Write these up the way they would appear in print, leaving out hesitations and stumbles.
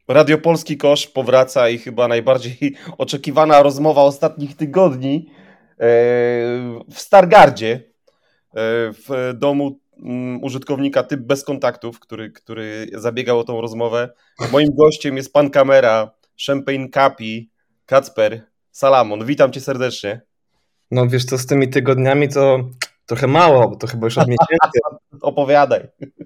Radio Polski Kosz powraca i chyba najbardziej oczekiwana rozmowa ostatnich tygodni w Stargardzie, w domu użytkownika Typ Bez Kontaktów, który zabiegał o tą rozmowę. Moim gościem jest pan kamera, Champagne Capi, Kacper Salamon. Witam cię serdecznie. No wiesz co, z tymi tygodniami to trochę mało, bo to chyba już od miesięcy. Opowiadaj.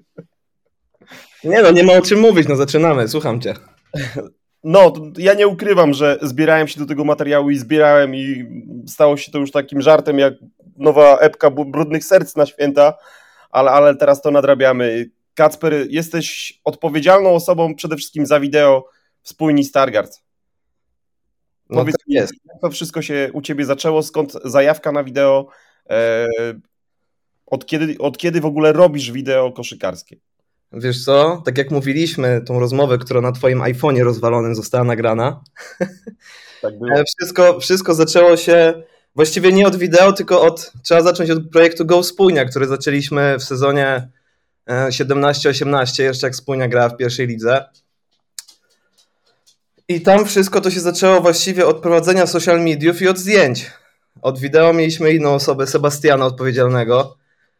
Nie ma o czym mówić, zaczynamy, słucham cię. No, ja nie ukrywam, że zbierałem się do tego materiału i stało się to już takim żartem jak nowa epka Brudnych Serc na święta, ale teraz to nadrabiamy. Kacper, jesteś odpowiedzialną osobą przede wszystkim za wideo w spójni Stargard. Powiedz tak jest. Jak to wszystko się u ciebie zaczęło, skąd zajawka na wideo, od kiedy w ogóle robisz wideo koszykarskie? Wiesz co, tak jak mówiliśmy, tą rozmowę, która na twoim iPhone'ie rozwalonym została nagrana, Tak było. Wszystko zaczęło się właściwie nie od wideo, tylko trzeba zacząć od projektu Go Spójnia, który zaczęliśmy w sezonie 17-18, jeszcze jak Spójnia grała w pierwszej lidze. I tam wszystko to się zaczęło właściwie od prowadzenia social mediów i od zdjęć. Od wideo mieliśmy inną osobę, Sebastiana odpowiedzialnego.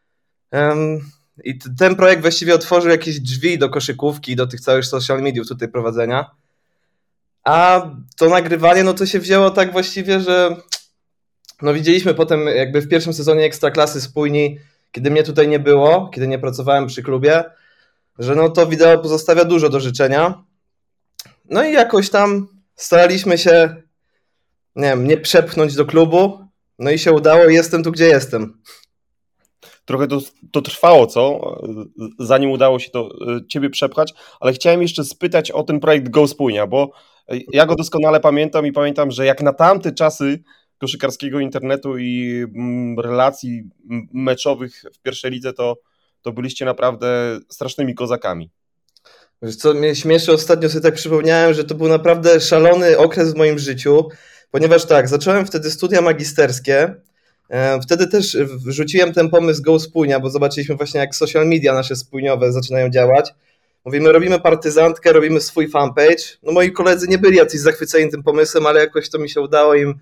I ten projekt właściwie otworzył jakieś drzwi do koszykówki i do tych całych social mediów tutaj prowadzenia. A to nagrywanie, to się wzięło tak właściwie, że widzieliśmy potem jakby w pierwszym sezonie Ekstraklasy Spójni, kiedy mnie tutaj nie było, kiedy nie pracowałem przy klubie, że to wideo pozostawia dużo do życzenia. No i jakoś tam staraliśmy się, nie przepchnąć do klubu, no i się udało i jestem tu, gdzie jestem. Trochę to trwało, co? Zanim udało się to ciebie przepchać, ale chciałem jeszcze spytać o ten projekt Go Spójnia, bo ja go doskonale pamiętam i pamiętam, że jak na tamte czasy koszykarskiego internetu i relacji meczowych w pierwszej lidze, to byliście naprawdę strasznymi kozakami. Wiesz co, mnie śmieszy, ostatnio sobie tak przypomniałem, że to był naprawdę szalony okres w moim życiu, ponieważ tak, zacząłem wtedy studia magisterskie. Wtedy też wrzuciłem ten pomysł Go Spójnia, bo zobaczyliśmy właśnie jak social media nasze spójniowe zaczynają działać. Mówimy, robimy partyzantkę, robimy swój fanpage. Moi koledzy nie byli jacyś zachwyceni tym pomysłem, ale jakoś to mi się udało im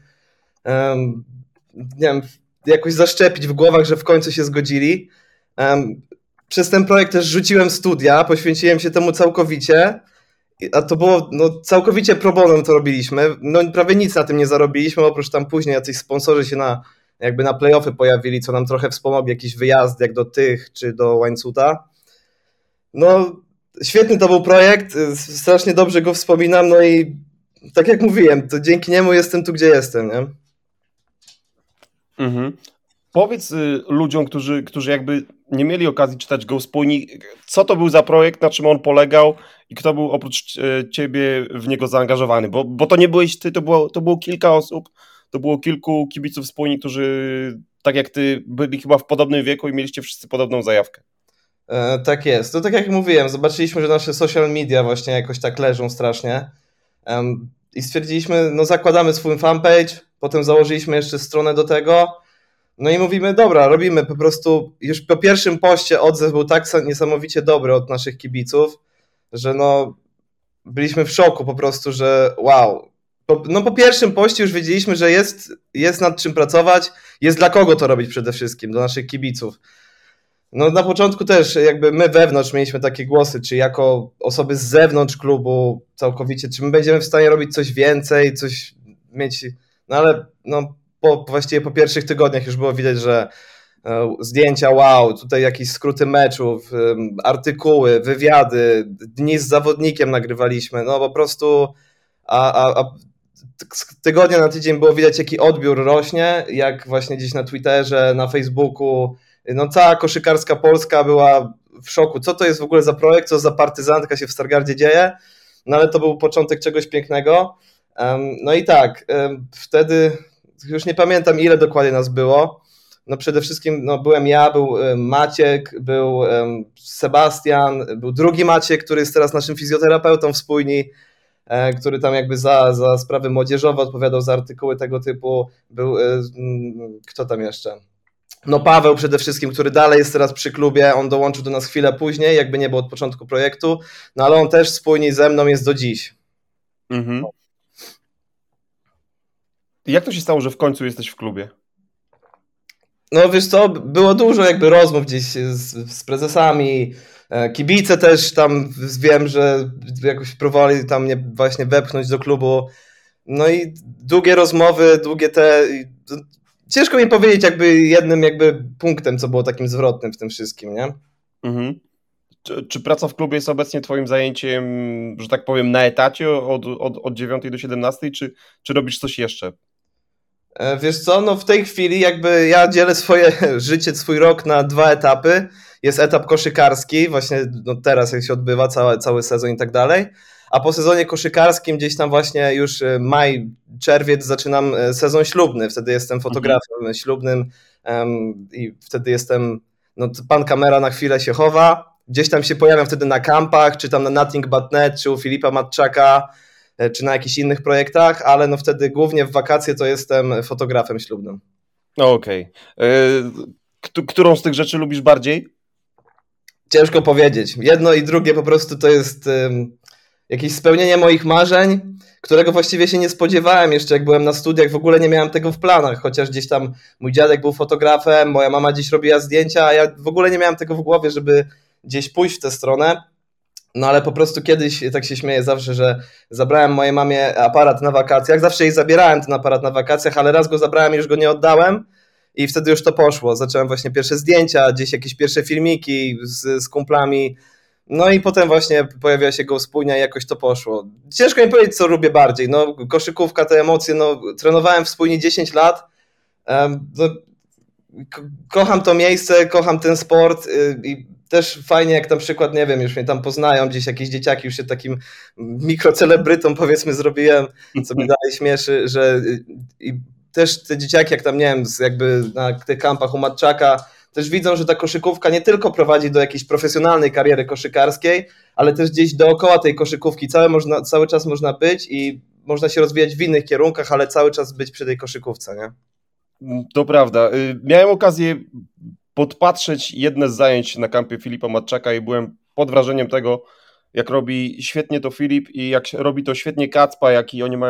jakoś zaszczepić w głowach, że w końcu się zgodzili. Przez ten projekt też rzuciłem studia, poświęciłem się temu całkowicie, a to było całkowicie pro bono to robiliśmy. Prawie nic na tym nie zarobiliśmy, oprócz tam później jacyś sponsorzy się na play-offy pojawili, co nam trochę wspomogli, jakiś wyjazd jak do Tych czy do Łańcuta. Świetny to był projekt, strasznie dobrze go wspominam, i tak jak mówiłem, to dzięki niemu jestem tu, gdzie jestem, nie? Mhm. Powiedz ludziom, którzy jakby nie mieli okazji czytać Go Spójni, co to był za projekt, na czym on polegał i kto był oprócz ciebie w niego zaangażowany, bo to nie byłeś ty, to było kilka osób, to było kilku kibiców Spójni, którzy tak jak ty byli chyba w podobnym wieku i mieliście wszyscy podobną zajawkę. Tak jest. To tak jak mówiłem, zobaczyliśmy, że nasze social media właśnie jakoś tak leżą strasznie i stwierdziliśmy, zakładamy swój fanpage, potem założyliśmy jeszcze stronę do tego, i mówimy, dobra, robimy po prostu, już po pierwszym poście odzew był tak niesamowicie dobry od naszych kibiców, że byliśmy w szoku po prostu, że wow. Po pierwszym poście już wiedzieliśmy, że jest nad czym pracować, jest dla kogo to robić przede wszystkim, do naszych kibiców. Na początku też jakby my wewnątrz mieliśmy takie głosy, czy jako osoby z zewnątrz klubu całkowicie, czy my będziemy w stanie robić coś więcej, coś mieć, ale właściwie po pierwszych tygodniach już było widać, że zdjęcia, wow, tutaj jakieś skróty meczów, artykuły, wywiady, dni z zawodnikiem nagrywaliśmy, po prostu a z tygodnia na tydzień było widać, jaki odbiór rośnie, jak właśnie gdzieś na Twitterze, na Facebooku, cała koszykarska Polska była w szoku, co to jest w ogóle za projekt, co za partyzantka się w Stargardzie dzieje, ale to był początek czegoś pięknego. I tak, wtedy już nie pamiętam ile dokładnie nas było, przede wszystkim byłem ja, był Maciek, był Sebastian, był drugi Maciek, który jest teraz naszym fizjoterapeutą w Spójni, który tam jakby za sprawy młodzieżowe odpowiadał za artykuły tego typu, był, kto tam jeszcze? No Paweł przede wszystkim, który dalej jest teraz przy klubie, on dołączył do nas chwilę później, jakby nie było od początku projektu, no ale on też spójnie ze mną jest do dziś. Mhm. Jak to się stało, że w końcu jesteś w klubie? No wiesz co, było dużo jakby rozmów gdzieś z prezesami, kibice też tam wiem, że jakoś próbowali tam mnie właśnie wepchnąć do klubu, no i długie rozmowy, ciężko mi powiedzieć jakby jednym jakby punktem, co było takim zwrotnym w tym wszystkim, nie? Mhm. Czy praca w klubie jest obecnie twoim zajęciem, że tak powiem, na etacie od 9 do 17, czy robisz coś jeszcze? Wiesz co, no w tej chwili jakby ja dzielę swoje życie, swój rok na 2 etapy. Jest etap koszykarski, właśnie no teraz jak się odbywa cały sezon i tak dalej, a po sezonie koszykarskim gdzieś tam właśnie już maj, czerwiec zaczynam sezon ślubny, wtedy jestem fotografem ślubnym i wtedy jestem, no pan kamera na chwilę się chowa, gdzieś tam się pojawiam wtedy na kampach, czy tam na Nothing But Net, czy u Filipa Matczaka, czy na jakichś innych projektach, ale no wtedy głównie w wakacje to jestem fotografem ślubnym. Okej. Którą z tych rzeczy lubisz bardziej? Ciężko powiedzieć. Jedno i drugie po prostu to jest jakieś spełnienie moich marzeń, którego właściwie się nie spodziewałem jeszcze jak byłem na studiach, w ogóle nie miałem tego w planach, chociaż gdzieś tam mój dziadek był fotografem, moja mama gdzieś robiła zdjęcia, a ja w ogóle nie miałem tego w głowie, żeby gdzieś pójść w tę stronę. No ale po prostu kiedyś, tak się śmieję zawsze, że zabrałem mojej mamie aparat na wakacjach, zawsze jej zabierałem ten aparat na wakacjach, ale raz go zabrałem i już go nie oddałem i wtedy już to poszło. Zacząłem właśnie pierwsze zdjęcia, gdzieś jakieś pierwsze filmiki z kumplami, no i potem właśnie pojawiła się Go Spójnia i jakoś to poszło. Ciężko mi powiedzieć, co lubię bardziej, no koszykówka, te emocje, no trenowałem w Spójni 10 lat, no, kocham to miejsce, kocham ten sport i też fajnie, jak na przykład, nie wiem, już mnie tam poznają, gdzieś jakieś dzieciaki, już się takim mikrocelebrytą powiedzmy zrobiłem, co mnie dalej śmieszy, że i też te dzieciaki, jak tam, nie wiem, jakby na tych kampach u Matczaka, też widzą, że ta koszykówka nie tylko prowadzi do jakiejś profesjonalnej kariery koszykarskiej, ale też gdzieś dookoła tej koszykówki cały czas można być i można się rozwijać w innych kierunkach, ale cały czas być przy tej koszykówce, nie? To prawda. Miałem okazję podpatrzeć jedne z zajęć na kampie Filipa Matczaka i byłem pod wrażeniem tego, jak robi świetnie to Filip i jak robi to świetnie Kacpa, jaki oni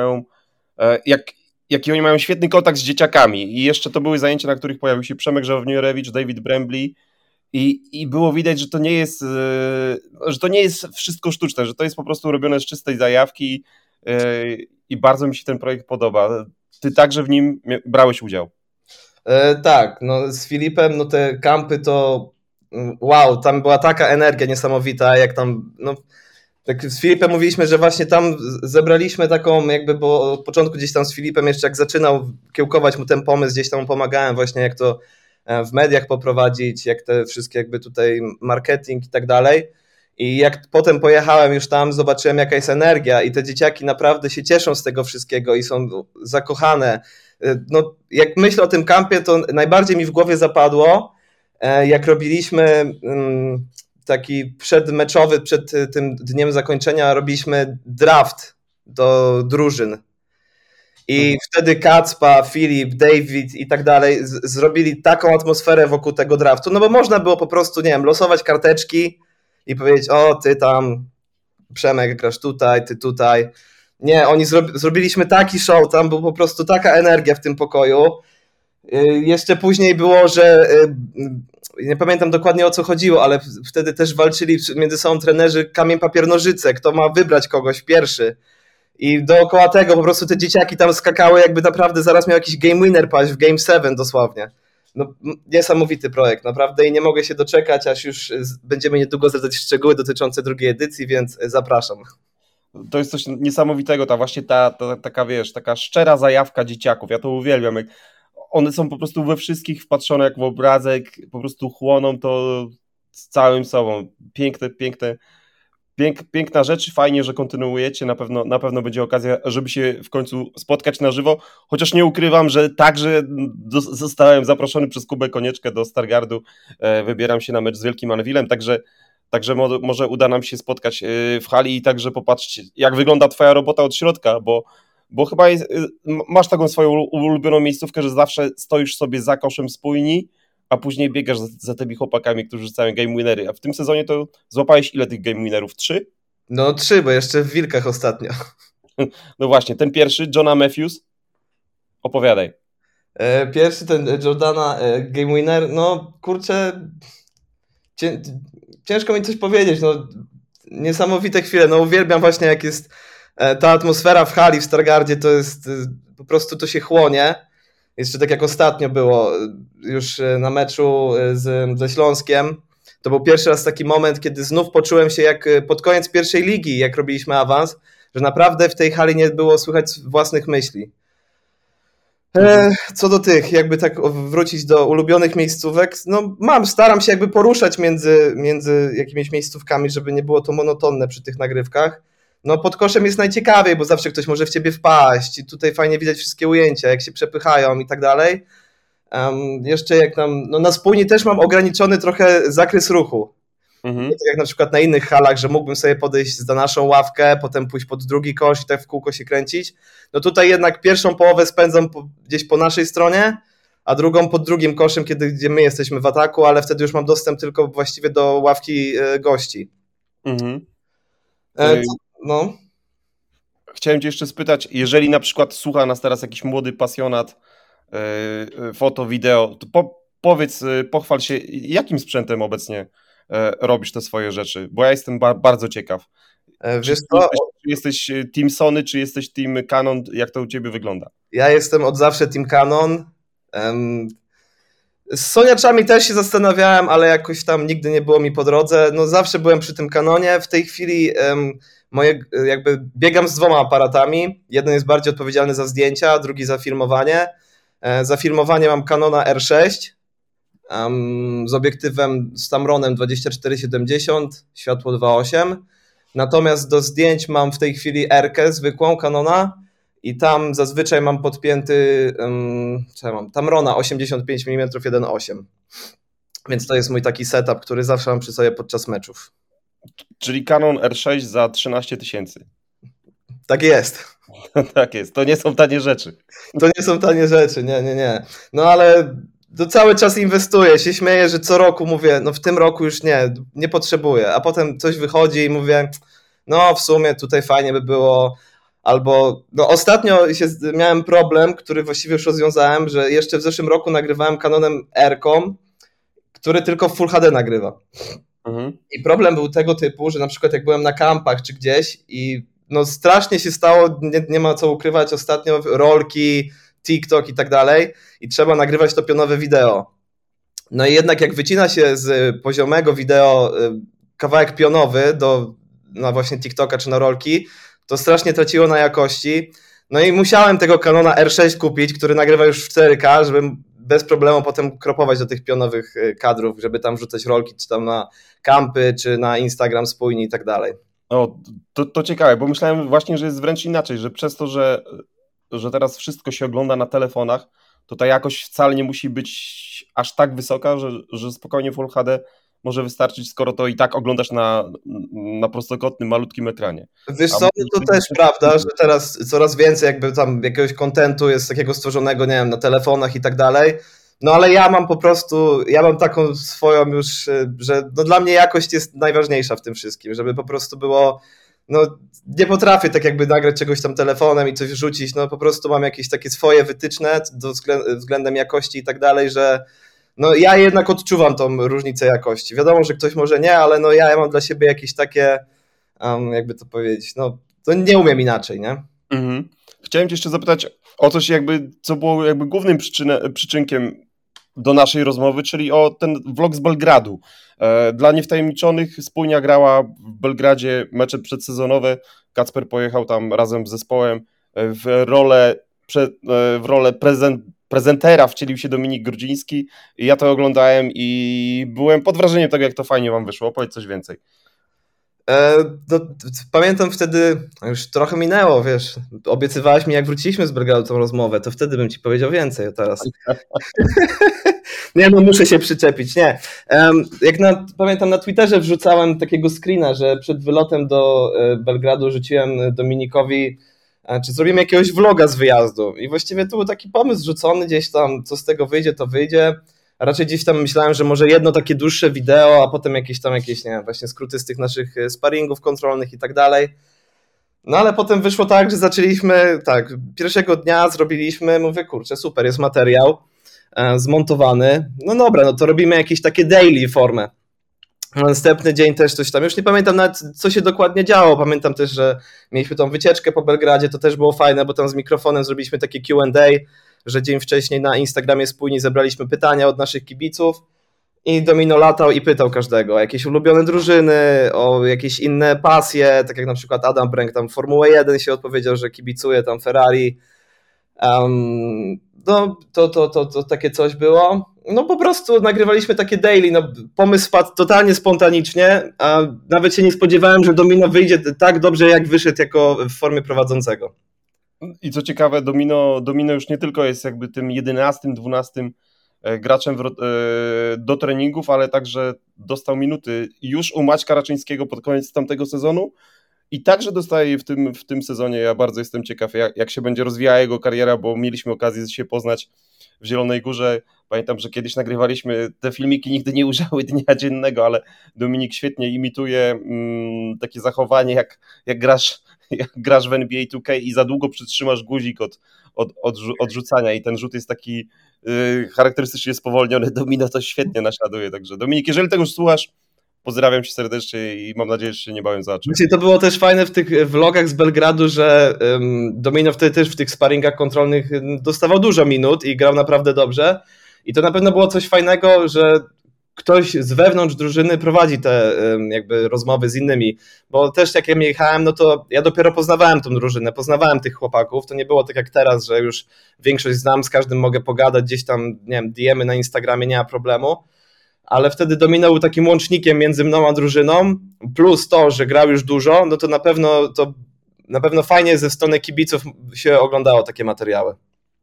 mają świetny kontakt z dzieciakami. I jeszcze to były zajęcia, na których pojawił się Przemek Żałowniorewicz, David Brambly i było widać, że to nie jest wszystko sztuczne, że to jest po prostu robione z czystej zajawki i bardzo mi się ten projekt podoba. Ty także w nim brałeś udział. Tak, no z Filipem, no te kampy to wow, tam była taka energia niesamowita, jak tam, no tak z Filipem mówiliśmy, że właśnie tam zebraliśmy taką jakby, bo od początku gdzieś tam z Filipem jeszcze jak zaczynał kiełkować mu ten pomysł, gdzieś tam mu pomagałem właśnie jak to w mediach poprowadzić, jak te wszystkie jakby tutaj marketing i tak dalej. I jak potem pojechałem już tam, zobaczyłem jaka jest energia i te dzieciaki naprawdę się cieszą z tego wszystkiego i są zakochane. No, jak myślę o tym kampie, to najbardziej mi w głowie zapadło, jak robiliśmy taki przedmeczowy, przed tym dniem zakończenia robiliśmy draft do drużyn. I wtedy Kacpa, Filip, David i tak dalej zrobili taką atmosferę wokół tego draftu, no bo można było po prostu, nie wiem, losować karteczki i powiedzieć, o ty tam Przemek grasz tutaj, ty tutaj. Nie, oni zrobiliśmy taki show, tam był po prostu taka energia w tym pokoju. Jeszcze później było, że nie pamiętam dokładnie o co chodziło, ale wtedy też walczyli między sobą trenerzy kamień, papier, nożyce, kto ma wybrać kogoś pierwszy. I dookoła tego po prostu te dzieciaki tam skakały, jakby naprawdę zaraz miał jakiś game winner paść w Game 7 dosłownie. No, niesamowity projekt, naprawdę i nie mogę się doczekać, aż już będziemy niedługo zdradzać szczegóły dotyczące drugiej edycji, więc zapraszam. To jest coś niesamowitego, taka, wiesz, taka szczera zajawka dzieciaków, ja to uwielbiam. One są po prostu we wszystkich wpatrzone jak w obrazek, po prostu chłoną to z całym sobą. Piękna rzecz, fajnie, że kontynuujecie, na pewno będzie okazja, żeby się w końcu spotkać na żywo, chociaż nie ukrywam, że także zostałem zaproszony przez Kubę Konieczkę do Stargardu, wybieram się na mecz z Wielkim Anwilem, także może uda nam się spotkać w hali i także popatrzeć, jak wygląda twoja robota od środka, bo chyba masz taką swoją ulubioną miejscówkę, że zawsze stoisz sobie za koszem Spójni, a później biegasz za tymi chłopakami, którzy rzucają game winery. A w tym sezonie to złapałeś ile tych game winerów? 3? No 3, bo jeszcze w Wilkach ostatnio. No właśnie, ten pierwszy, Johna Matthews, opowiadaj. Pierwszy ten Jordana game winner, no kurczę, ciężko mi coś powiedzieć, no niesamowite chwile, no uwielbiam właśnie jak jest ta atmosfera w hali w Stargardzie, to jest po prostu to się chłonie. Jeszcze tak jak ostatnio było już na meczu ze Śląskiem, to był pierwszy raz taki moment, kiedy znów poczułem się jak pod koniec pierwszej ligi, jak robiliśmy awans, że naprawdę w tej hali nie było słychać własnych myśli. Co do tych, jakby tak wrócić do ulubionych miejscówek, no staram się jakby poruszać między jakimiś miejscówkami, żeby nie było to monotonne przy tych nagrywkach. No pod koszem jest najciekawiej, bo zawsze ktoś może w ciebie wpaść i tutaj fajnie widać wszystkie ujęcia, jak się przepychają i tak dalej. Jeszcze jak na spójni też mam ograniczony trochę zakres ruchu. Tak jak na przykład na innych halach, że mógłbym sobie podejść za naszą ławkę, potem pójść pod drugi kosz i tak w kółko się kręcić. No tutaj jednak pierwszą połowę spędzam gdzieś po naszej stronie, a drugą pod drugim koszem, gdzie my jesteśmy w ataku, ale wtedy już mam dostęp tylko właściwie do ławki gości. No. Chciałem cię jeszcze spytać, jeżeli na przykład słucha nas teraz jakiś młody pasjonat foto, wideo, to powiedz, pochwal się, jakim sprzętem obecnie robisz te swoje rzeczy, bo ja jestem bardzo ciekaw. Wiesz co? Czy jesteś team Sony, czy jesteś team Canon, jak to u ciebie wygląda? Ja jestem od zawsze team Canon. Z Soniaczami też się zastanawiałem, ale jakoś tam nigdy nie było mi po drodze. No zawsze byłem przy tym Canonie. W tej chwili jakby biegam z 2 aparatami. Jeden jest bardziej odpowiedzialny za zdjęcia, drugi za filmowanie. Za filmowanie mam Canona R6 z obiektywem z Tamronem 24-70, światło 2.8. Natomiast do zdjęć mam w tej chwili R-kę zwykłą Canona i tam zazwyczaj mam podpięty Tamrona 85 mm 1.8. Więc to jest mój taki setup, który zawsze mam przy sobie podczas meczów. Czyli Canon R6 za 13 000. Tak jest. Tak jest, to nie są tanie rzeczy. To nie są tanie rzeczy, nie. No ale to cały czas inwestuję, się śmieję, że co roku mówię, no w tym roku już nie potrzebuję, a potem coś wychodzi i mówię, no w sumie tutaj fajnie by było, albo no ostatnio miałem problem, który właściwie już rozwiązałem, że jeszcze w zeszłym roku nagrywałem Canonem R-ką, który tylko w Full HD nagrywa. I problem był tego typu, że na przykład jak byłem na kampach czy gdzieś i no strasznie się stało, nie ma co ukrywać ostatnio, rolki, TikTok i tak dalej i trzeba nagrywać to pionowe wideo. No i jednak jak wycina się z poziomego wideo kawałek pionowy na właśnie TikToka czy na rolki, to strasznie traciło na jakości. No i musiałem tego Canona R6 kupić, który nagrywa już w 4K, żeby bez problemu potem kropować do tych pionowych kadrów, żeby tam wrzucać rolki, czy tam na kampy, czy na Instagram spójni i tak dalej. O, to ciekawe, bo myślałem właśnie, że jest wręcz inaczej, że przez to, że teraz wszystko się ogląda na telefonach, to ta jakość wcale nie musi być aż tak wysoka, że spokojnie Full HD może wystarczyć, skoro to i tak oglądasz na prostokątnym, malutkim ekranie. Wiesz co, to też prawda, że teraz coraz więcej jakby tam jakiegoś kontentu jest takiego stworzonego, nie wiem, na telefonach i tak dalej, no ale ja mam taką swoją już, że no dla mnie jakość jest najważniejsza w tym wszystkim, żeby po prostu było, no nie potrafię tak jakby nagrać czegoś tam telefonem i coś rzucić, no po prostu mam jakieś takie swoje wytyczne względem jakości i tak dalej, że no ja jednak odczuwam tą różnicę jakości. Wiadomo, że ktoś może nie, ale no ja mam dla siebie jakieś takie, jakby to powiedzieć, no to nie umiem inaczej, nie? Chciałem cię jeszcze zapytać o coś co było jakby głównym przyczynkiem do naszej rozmowy, czyli o ten vlog z Belgradu. Dla niewtajemniczonych Spójnia grała w Belgradzie mecze przedsezonowe. Kacper pojechał tam razem z zespołem. W rolę prezentera wcielił się Dominik Grudziński. Ja to oglądałem i byłem pod wrażeniem tego, jak to fajnie wam wyszło. Opowiedz coś więcej. Pamiętam wtedy, już trochę minęło, wiesz, obiecywałeś mi, jak wróciliśmy z Belgradu tą rozmowę, to wtedy bym ci powiedział więcej, a teraz nie, no muszę się przyczepić, nie. Pamiętam na Twitterze wrzucałem takiego screena, że przed wylotem do Belgradu rzuciłem Dominikowi, czy zrobimy jakiegoś vloga z wyjazdu i właściwie to był taki pomysł rzucony gdzieś tam, co z tego wyjdzie, to wyjdzie. Raczej gdzieś tam myślałem, że może jedno takie dłuższe wideo, a potem jakieś, nie wiem, właśnie skróty z tych naszych sparingów kontrolnych i tak dalej. No ale potem wyszło tak, że zaczęliśmy, pierwszego dnia zrobiliśmy, mówię, kurczę, super, jest materiał zmontowany, no dobra, no to robimy jakieś takie daily formę. Następny dzień też coś tam, już nie pamiętam nawet, co się dokładnie działo, pamiętam też, że mieliśmy tą wycieczkę po Belgradzie, to też było fajne, bo tam z mikrofonem zrobiliśmy takie Q&A, że dzień wcześniej na Instagramie Spójni zebraliśmy pytania od naszych kibiców i Domino latał i pytał każdego o jakieś ulubione drużyny, o jakieś inne pasje, tak jak na przykład Adam Bręk tam Formułę 1 się odpowiedział, że kibicuje tam Ferrari. No, to takie coś było. No po prostu nagrywaliśmy takie daily, no pomysł padł totalnie spontanicznie, a nawet się nie spodziewałem, że Domino wyjdzie tak dobrze, jak wyszedł jako w formie prowadzącego. I co ciekawe, Domino już nie tylko jest jakby tym 11, 12 graczem do treningów, ale także dostał minuty już u Maćka Raczyńskiego pod koniec tamtego sezonu i także dostaje w tym sezonie. Ja bardzo jestem ciekaw, jak się będzie rozwijała jego kariera, bo mieliśmy okazję się poznać w Zielonej Górze. Pamiętam, że kiedyś nagrywaliśmy te filmiki, nigdy nie ujrzały dnia dziennego, ale Dominik świetnie imituje takie zachowanie, jak grasz w NBA 2K i za długo przytrzymasz guzik od rzucania i ten rzut jest taki charakterystycznie spowolniony. Domino to świetnie naśladuje. Także Dominik, jeżeli tego już słuchasz, pozdrawiam cię serdecznie i mam nadzieję, że się niebawem zobaczymy. To było też fajne w tych vlogach z Belgradu, że Domino wtedy też w tych sparingach kontrolnych dostawał dużo minut i grał naprawdę dobrze. I to na pewno było coś fajnego, że ktoś z wewnątrz drużyny prowadzi te jakby rozmowy z innymi, bo też jak ja jechałem, no to ja dopiero poznawałem tą drużynę, poznawałem tych chłopaków, to nie było tak jak teraz, że już większość znam, z każdym mogę pogadać, gdzieś tam, nie wiem, DM-y na Instagramie, nie ma problemu, ale wtedy Domino był takim łącznikiem między mną a drużyną, plus to, że grał już dużo, no to na pewno fajnie ze strony kibiców się oglądało takie materiały.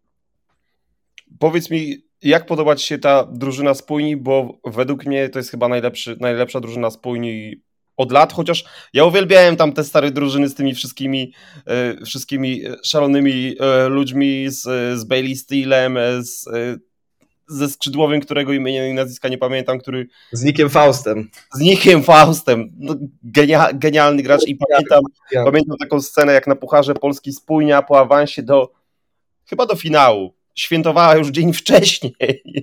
Powiedz mi, jak podoba ci się ta drużyna Spójni, bo według mnie to jest chyba najlepsza drużyna Spójni od lat, chociaż ja uwielbiałem tam te stare drużyny z tymi wszystkimi szalonymi ludźmi, z Bailey Steelem, ze skrzydłowym, którego imienia i nazwiska nie pamiętam, który... Z Nickiem Faustem. Z Nickiem Faustem. No, genialny gracz i pamiętam taką scenę, jak na Pucharze Polski Spójnia po awansie chyba do finału. Świętowała już dzień wcześniej.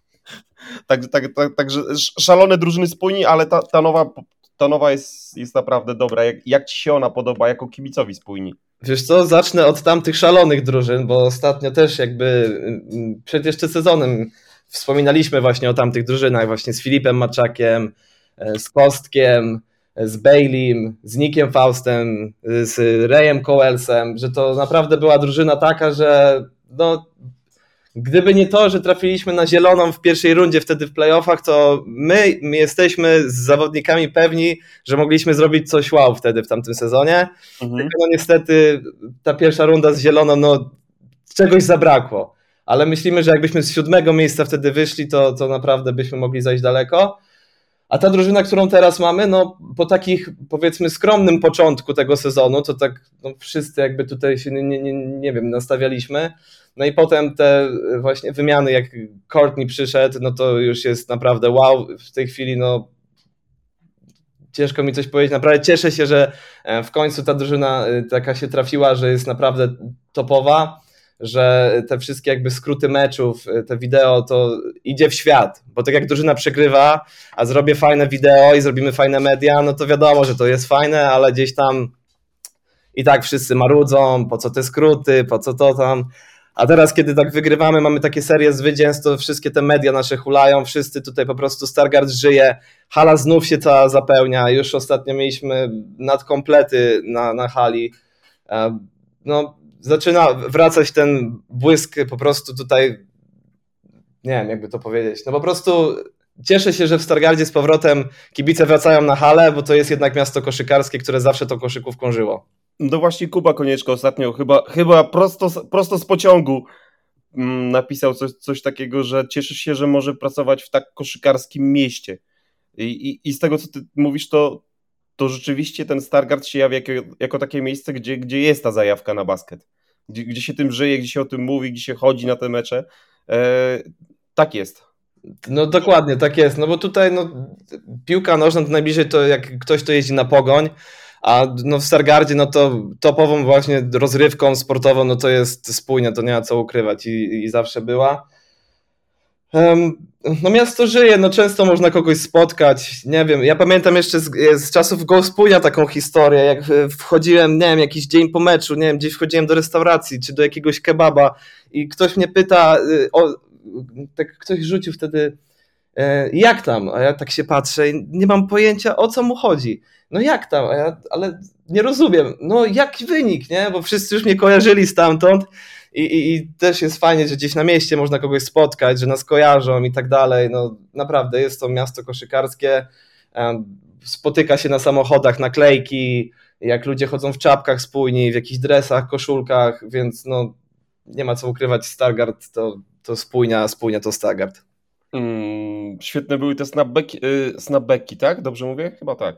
Także szalone drużyny Spójni, ale ta nowa jest naprawdę dobra. Jak ci się ona podoba jako kibicowi Spójni? Wiesz co, zacznę od tamtych szalonych drużyn, bo ostatnio też jakby przed jeszcze sezonem wspominaliśmy właśnie o tamtych drużynach, właśnie z Filipem Maczakiem, z Kostkiem, z Baileym, z Nickiem Faustem, z Rayem Cowellsem, że to naprawdę była drużyna taka, że no, gdyby nie to, że trafiliśmy na zieloną w pierwszej rundzie wtedy w playoffach, to my jesteśmy z zawodnikami pewni, że mogliśmy zrobić coś wow wtedy w tamtym sezonie. Tylko no niestety ta pierwsza runda z zieloną, no czegoś zabrakło. Ale myślimy, że jakbyśmy z 7. miejsca wtedy wyszli, to naprawdę byśmy mogli zajść daleko. A ta drużyna, którą teraz mamy, no po takich powiedzmy skromnym początku tego sezonu, to tak no, wszyscy jakby tutaj się nie wiem, nastawialiśmy. No i potem te właśnie wymiany, jak Courtney przyszedł, no to już jest naprawdę wow. W tej chwili no ciężko mi coś powiedzieć. Naprawdę cieszę się, że w końcu ta drużyna taka się trafiła, że jest naprawdę topowa, że te wszystkie jakby skróty meczów, te wideo to idzie w świat, bo tak jak drużyna przegrywa, a zrobię fajne wideo i zrobimy fajne media, no to wiadomo, że to jest fajne, ale gdzieś tam i tak wszyscy marudzą, po co te skróty, po co to tam. A teraz, kiedy tak wygrywamy, mamy takie serie zwycięstw, to wszystkie te media nasze hulają, wszyscy tutaj po prostu Stargard żyje, hala znów się cała zapełnia, już ostatnio mieliśmy nadkomplety na hali. No, zaczyna wracać ten błysk po prostu tutaj, nie wiem jakby to powiedzieć, no po prostu cieszę się, że w Stargardzie z powrotem kibice wracają na halę, bo to jest jednak miasto koszykarskie, które zawsze tą koszykówką żyło. No właśnie Kuba Konieczko ostatnio chyba prosto z pociągu napisał coś takiego, że cieszy się, że może pracować w tak koszykarskim mieście. I z tego, co ty mówisz, to rzeczywiście ten Stargard się jawi jako takie miejsce, gdzie jest ta zajawka na basket. Gdzie się tym żyje, gdzie się o tym mówi, gdzie się chodzi na te mecze. Tak jest. No dokładnie, tak jest, no bo tutaj piłka nożna to najbliżej to jak ktoś to jeździ na pogoń, a w Stargardzie no to topową właśnie rozrywką sportową no to jest Spójnia, to nie ma co ukrywać i zawsze była. No miasto żyje, no często można kogoś spotkać, nie wiem, ja pamiętam jeszcze z czasów Go Spójnia taką historię, jak wchodziłem, nie wiem, jakiś dzień po meczu, nie wiem, gdzieś wchodziłem do restauracji czy do jakiegoś kebaba i ktoś mnie pyta, tak ktoś rzucił wtedy, jak tam, a ja tak się patrzę i nie mam pojęcia, o co mu chodzi, no jak tam, ale nie rozumiem, no jaki wynik, nie, bo wszyscy już mnie kojarzyli stamtąd. I też jest fajnie, że gdzieś na mieście można kogoś spotkać, że nas kojarzą i tak dalej. No naprawdę jest to miasto koszykarskie. Spotyka się na samochodach naklejki, jak ludzie chodzą w czapkach Spójni, w jakichś dresach, koszulkach, więc no nie ma co ukrywać, Stargard to Spójnia to Stargard. Świetne były te snapbacki, tak? Dobrze mówię? Chyba tak.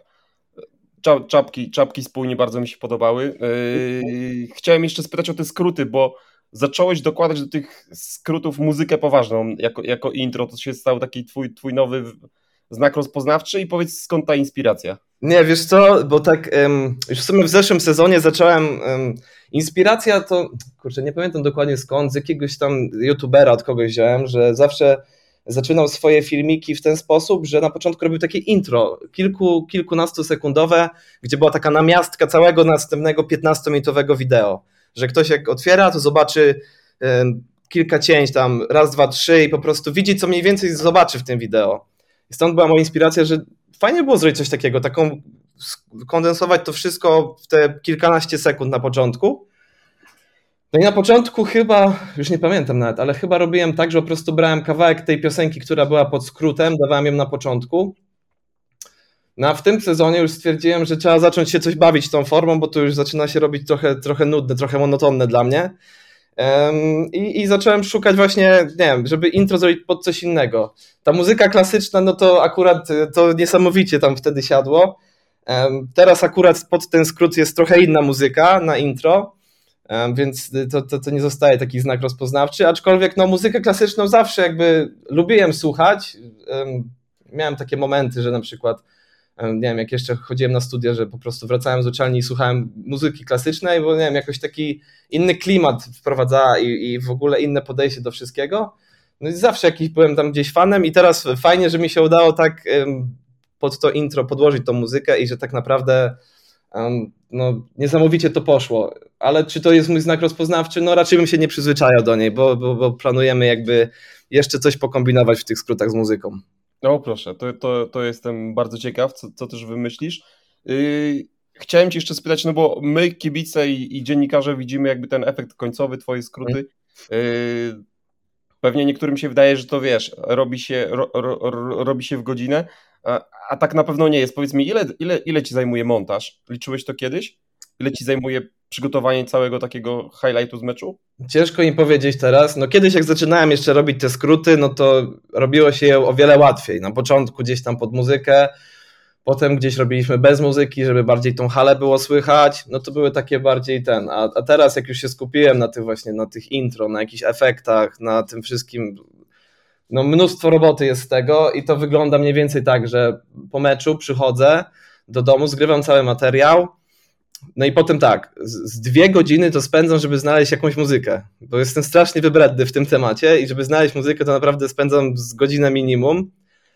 Czapki Spójni bardzo mi się podobały. Chciałem jeszcze spytać o te skróty, bo zacząłeś dokładać do tych skrótów muzykę poważną jako intro, to się stał taki twój nowy znak rozpoznawczy i powiedz, skąd ta inspiracja? Nie, wiesz co, bo tak już w sumie w zeszłym sezonie zacząłem, inspiracja to, kurczę, nie pamiętam dokładnie skąd, z jakiegoś tam youtubera od kogoś wziąłem, że zawsze zaczynał swoje filmiki w ten sposób, że na początku robił takie intro, kilkunastosekundowe, gdzie była taka namiastka całego następnego 15-minutowego wideo, że ktoś jak otwiera, to zobaczy kilka cięć tam, raz, dwa, trzy i po prostu widzi, co mniej więcej zobaczy w tym wideo. I stąd była moja inspiracja, że fajnie było zrobić coś takiego, kondensować to wszystko w te kilkanaście sekund na początku. No i na początku chyba, już nie pamiętam nawet, ale chyba robiłem tak, że po prostu brałem kawałek tej piosenki, która była pod skrótem, dawałem ją na początku. No a w tym sezonie już stwierdziłem, że trzeba zacząć się coś bawić tą formą, bo to już zaczyna się robić trochę nudne, trochę monotonne dla mnie. I zacząłem szukać właśnie, nie wiem, żeby intro zrobić pod coś innego. Ta muzyka klasyczna, no to akurat to niesamowicie tam wtedy siadło. Teraz akurat pod ten skrót jest trochę inna muzyka na intro, więc to nie zostaje taki znak rozpoznawczy, aczkolwiek no muzykę klasyczną zawsze jakby lubiłem słuchać. Miałem takie momenty, że na przykład nie wiem, jak jeszcze chodziłem na studia, że po prostu wracałem z uczelni i słuchałem muzyki klasycznej, bo nie wiem, jakoś taki inny klimat wprowadzała i w ogóle inne podejście do wszystkiego. No i zawsze jakiś byłem tam gdzieś fanem i teraz fajnie, że mi się udało tak pod to intro podłożyć tą muzykę i że tak naprawdę no, niesamowicie to poszło. Ale czy to jest mój znak rozpoznawczy? No raczej bym się nie przyzwyczajał do niej, bo planujemy jakby jeszcze coś pokombinować w tych skrótach z muzyką. No proszę, to jestem bardzo ciekaw, co też wymyślisz. Chciałem Cię jeszcze spytać, no bo my kibice i dziennikarze widzimy jakby ten efekt końcowy, Twoje skróty. Pewnie niektórym się wydaje, że to wiesz, robi się w godzinę, a tak na pewno nie jest. Powiedz mi, ile Ci zajmuje montaż? Liczyłeś to kiedyś? Ile Ci zajmuje przygotowanie całego takiego highlightu z meczu? Ciężko mi powiedzieć teraz. No kiedyś jak zaczynałem jeszcze robić te skróty, no to robiło się je o wiele łatwiej. Na początku gdzieś tam pod muzykę, potem gdzieś robiliśmy bez muzyki, żeby bardziej tą halę było słychać. No to były takie bardziej a teraz jak już się skupiłem na tych intro, na jakichś efektach, na tym wszystkim, no mnóstwo roboty jest z tego i to wygląda mniej więcej tak, że po meczu przychodzę do domu, zgrywam cały materiał. No i potem tak, z 2 godziny to spędzam, żeby znaleźć jakąś muzykę, bo jestem strasznie wybredny w tym temacie i żeby znaleźć muzykę, to naprawdę spędzam z godzinę minimum.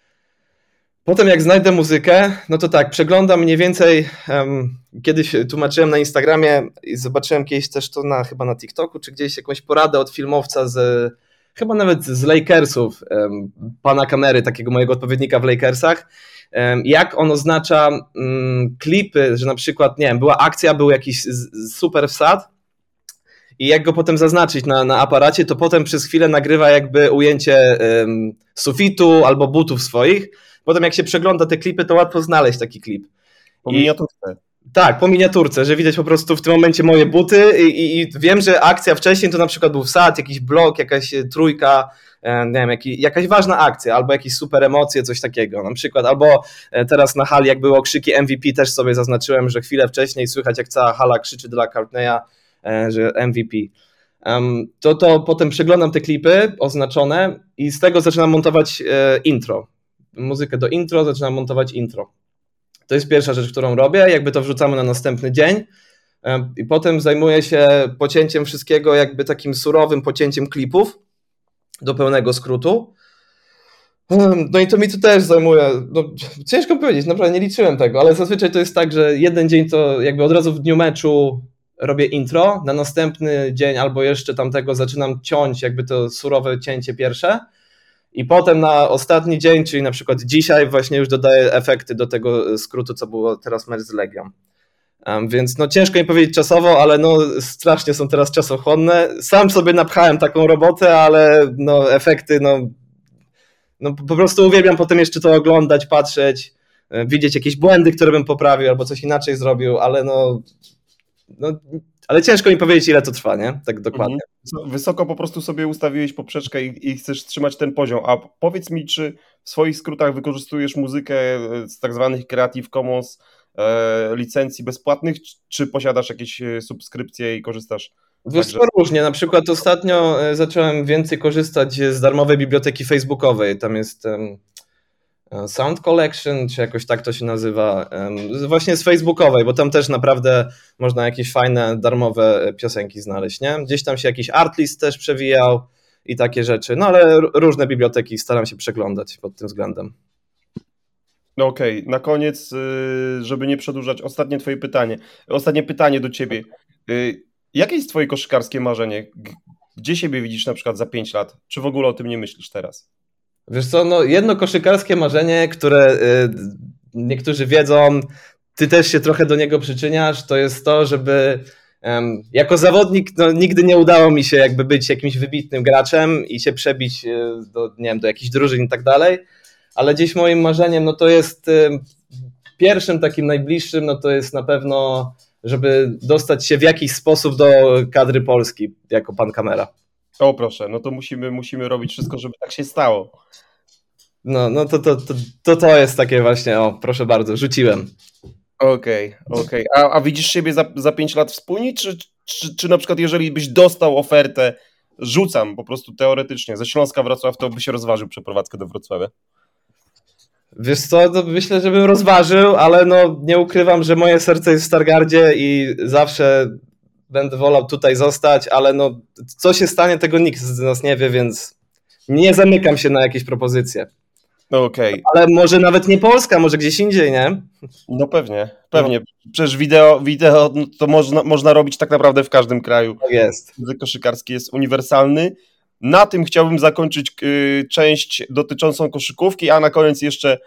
Potem jak znajdę muzykę, no to tak, przeglądam mniej więcej, kiedyś tłumaczyłem na Instagramie i zobaczyłem kiedyś też to chyba na TikToku, czy gdzieś jakąś poradę od filmowca chyba nawet z Lakersów, pana kamery, takiego mojego odpowiednika w Lakersach, jak on oznacza klipy, że na przykład, nie wiem, była akcja, był jakiś super wsad i jak go potem zaznaczyć na aparacie, to potem przez chwilę nagrywa jakby ujęcie sufitu albo butów swoich. Potem jak się przegląda te klipy, to łatwo znaleźć taki klip. Po miniaturce. Tak, po miniaturce, że widać po prostu w tym momencie moje buty i wiem, że akcja wcześniej to na przykład był wsad, jakiś blok, jakaś trójka, nie wiem, jakaś ważna akcja, albo jakieś super emocje, coś takiego na przykład, albo teraz na hali jak było krzyki MVP, też sobie zaznaczyłem, że chwilę wcześniej słychać jak cała hala krzyczy dla Courtneya, że MVP. to potem przeglądam te klipy oznaczone i z tego zaczynam montować intro. Muzykę do intro, zaczynam montować intro. To jest pierwsza rzecz, którą robię, jakby to wrzucamy na następny dzień i potem zajmuję się pocięciem wszystkiego, jakby takim surowym pocięciem klipów do pełnego skrótu. No i to mi to też zajmuje, no, ciężko powiedzieć, naprawdę nie liczyłem tego, ale zazwyczaj to jest tak, że jeden dzień to jakby od razu w dniu meczu robię intro, na następny dzień albo jeszcze tamtego zaczynam ciąć jakby to surowe cięcie pierwsze i potem na ostatni dzień, czyli na przykład dzisiaj właśnie już dodaję efekty do tego skrótu, co było teraz mecz z Legią. Więc no ciężko mi powiedzieć czasowo, ale no strasznie są teraz czasochłonne. Sam sobie napchałem taką robotę, ale no efekty no po prostu uwielbiam potem jeszcze to oglądać, patrzeć, widzieć jakieś błędy, które bym poprawił albo coś inaczej zrobił, ale ale ciężko mi powiedzieć, ile to trwa, nie? Tak dokładnie. Wysoko po prostu sobie ustawiłeś poprzeczkę i chcesz trzymać ten poziom. A powiedz mi, czy w swoich skrótach wykorzystujesz muzykę z tak zwanych Creative Commons licencji bezpłatnych, czy posiadasz jakieś subskrypcje i korzystasz? Wiesz co, różnie. Na przykład ostatnio zacząłem więcej korzystać z darmowej biblioteki facebookowej. Tam jest Sound Collection, czy jakoś tak to się nazywa, właśnie z facebookowej, bo tam też naprawdę można jakieś fajne, darmowe piosenki znaleźć, nie? Gdzieś tam się jakiś artlist też przewijał i takie rzeczy, no ale różne biblioteki staram się przeglądać pod tym względem. No okej, na koniec, żeby nie przedłużać, ostatnie pytanie do ciebie. Jakie jest twoje koszykarskie marzenie? Gdzie siebie widzisz na przykład za 5 lat? Czy w ogóle o tym nie myślisz teraz? Wiesz co, no jedno koszykarskie marzenie, które niektórzy wiedzą, ty też się trochę do niego przyczyniasz, to jest to, żeby jako zawodnik no, nigdy nie udało mi się jakby być jakimś wybitnym graczem i się przebić do, nie wiem, do jakichś drużyn i tak dalej, ale gdzieś moim marzeniem no to jest pierwszym takim najbliższym, no to jest na pewno, żeby dostać się w jakiś sposób do kadry Polski jako pan kamera. O proszę, no to musimy robić wszystko, żeby tak się stało. No to jest takie właśnie, o proszę bardzo, rzuciłem. Okej. A widzisz siebie za 5 lat wspólnie, czy na przykład jeżeli byś dostał ofertę, rzucam po prostu teoretycznie, ze Śląska Wrocław, to by się rozważył przeprowadzkę do Wrocławia? Wiesz co, to myślę, że bym rozważył, ale no nie ukrywam, że moje serce jest w Stargardzie i zawsze będę wolał tutaj zostać, ale no co się stanie, tego nikt z nas nie wie, więc nie zamykam się na jakieś propozycje. Okej. Ale może nawet nie Polska, może gdzieś indziej, nie? No pewnie. Przecież wideo to można robić tak naprawdę w każdym kraju. Tak jest. Koszykarski jest uniwersalny. Na tym chciałbym zakończyć część dotyczącą koszykówki, a na koniec jeszcze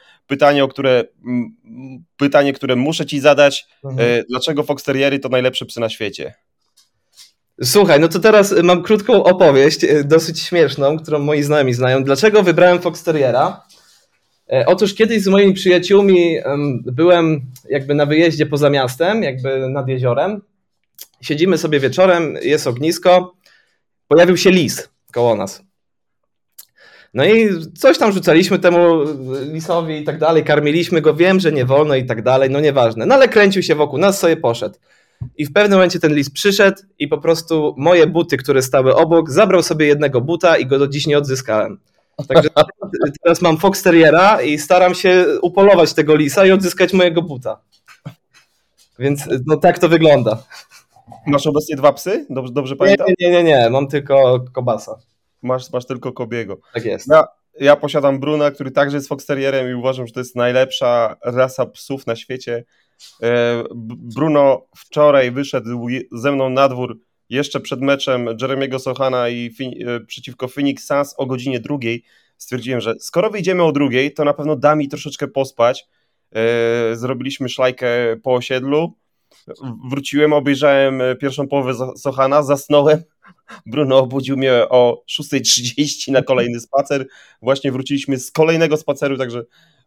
pytanie, które muszę ci zadać. Dlaczego Fox Terriery to najlepsze psy na świecie? Słuchaj, no to teraz mam krótką opowieść, dosyć śmieszną, którą moi znajomi znają. Dlaczego wybrałem Fox Terriera? Otóż kiedyś z moimi przyjaciółmi byłem jakby na wyjeździe poza miastem, jakby nad jeziorem. Siedzimy sobie wieczorem, jest ognisko, pojawił się lis koło nas. No i coś tam rzucaliśmy temu lisowi i tak dalej, karmiliśmy go, wiem, że nie wolno i tak dalej, no nieważne. No ale kręcił się wokół nas, sobie poszedł. I w pewnym momencie ten lis przyszedł i po prostu moje buty, które stały obok, zabrał sobie jednego buta i go do dziś nie odzyskałem. Także teraz mam Fox Terriera i staram się upolować tego lisa i odzyskać mojego buta. Więc no tak to wygląda. Masz obecnie 2 psy? Dobrze pamiętam? Nie, mam tylko Kobasa. Masz tylko Kobiego. Tak jest. Ja posiadam Bruna, który także jest Fox Terrierem i uważam, że to jest najlepsza rasa psów na świecie. Bruno wczoraj wyszedł ze mną na dwór jeszcze przed meczem Jeremiego Sochana przeciwko Phoenix Suns o godzinie 2. Stwierdziłem, że skoro wyjdziemy o 2, to na pewno da mi troszeczkę pospać. Zrobiliśmy szlajkę po osiedlu. Wróciłem, obejrzałem pierwszą połowę Sochana, zasnąłem. Bruno obudził mnie o 6:30 na kolejny spacer. Właśnie wróciliśmy z kolejnego spaceru, także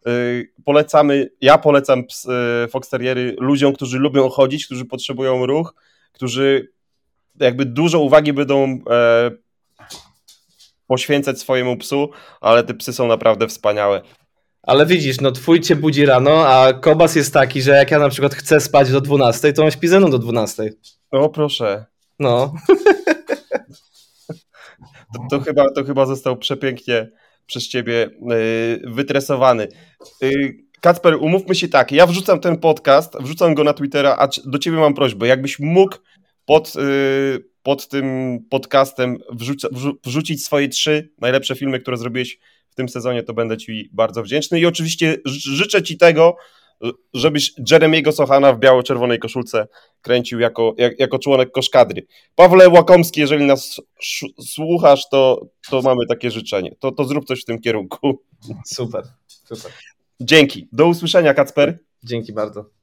ja polecam Fox Terriery ludziom, którzy lubią chodzić, którzy potrzebują ruch, którzy jakby dużo uwagi będą poświęcać swojemu psu, ale te psy są naprawdę wspaniałe. Ale widzisz, no twój cię budzi rano, a Kobas jest taki, że jak ja na przykład chcę spać do 12, to on śpi ze mną do 12. O proszę. No. To chyba został przepięknie przez ciebie wytresowany. Kacper, umówmy się tak, ja wrzucam ten podcast, wrzucam go na Twittera, a do ciebie mam prośbę, jakbyś mógł pod tym podcastem wrzucić swoje 3 najlepsze filmy, które zrobiłeś w tym sezonie, to będę ci bardzo wdzięczny i oczywiście życzę ci tego, żebyś Jeremiego Sochana w biało-czerwonej koszulce kręcił jako członek koszkadry. Pawle Łakomski, jeżeli nas słuchasz, to mamy takie życzenie. To zrób coś w tym kierunku. Super. Dzięki. Do usłyszenia, Kacper. Dzięki bardzo.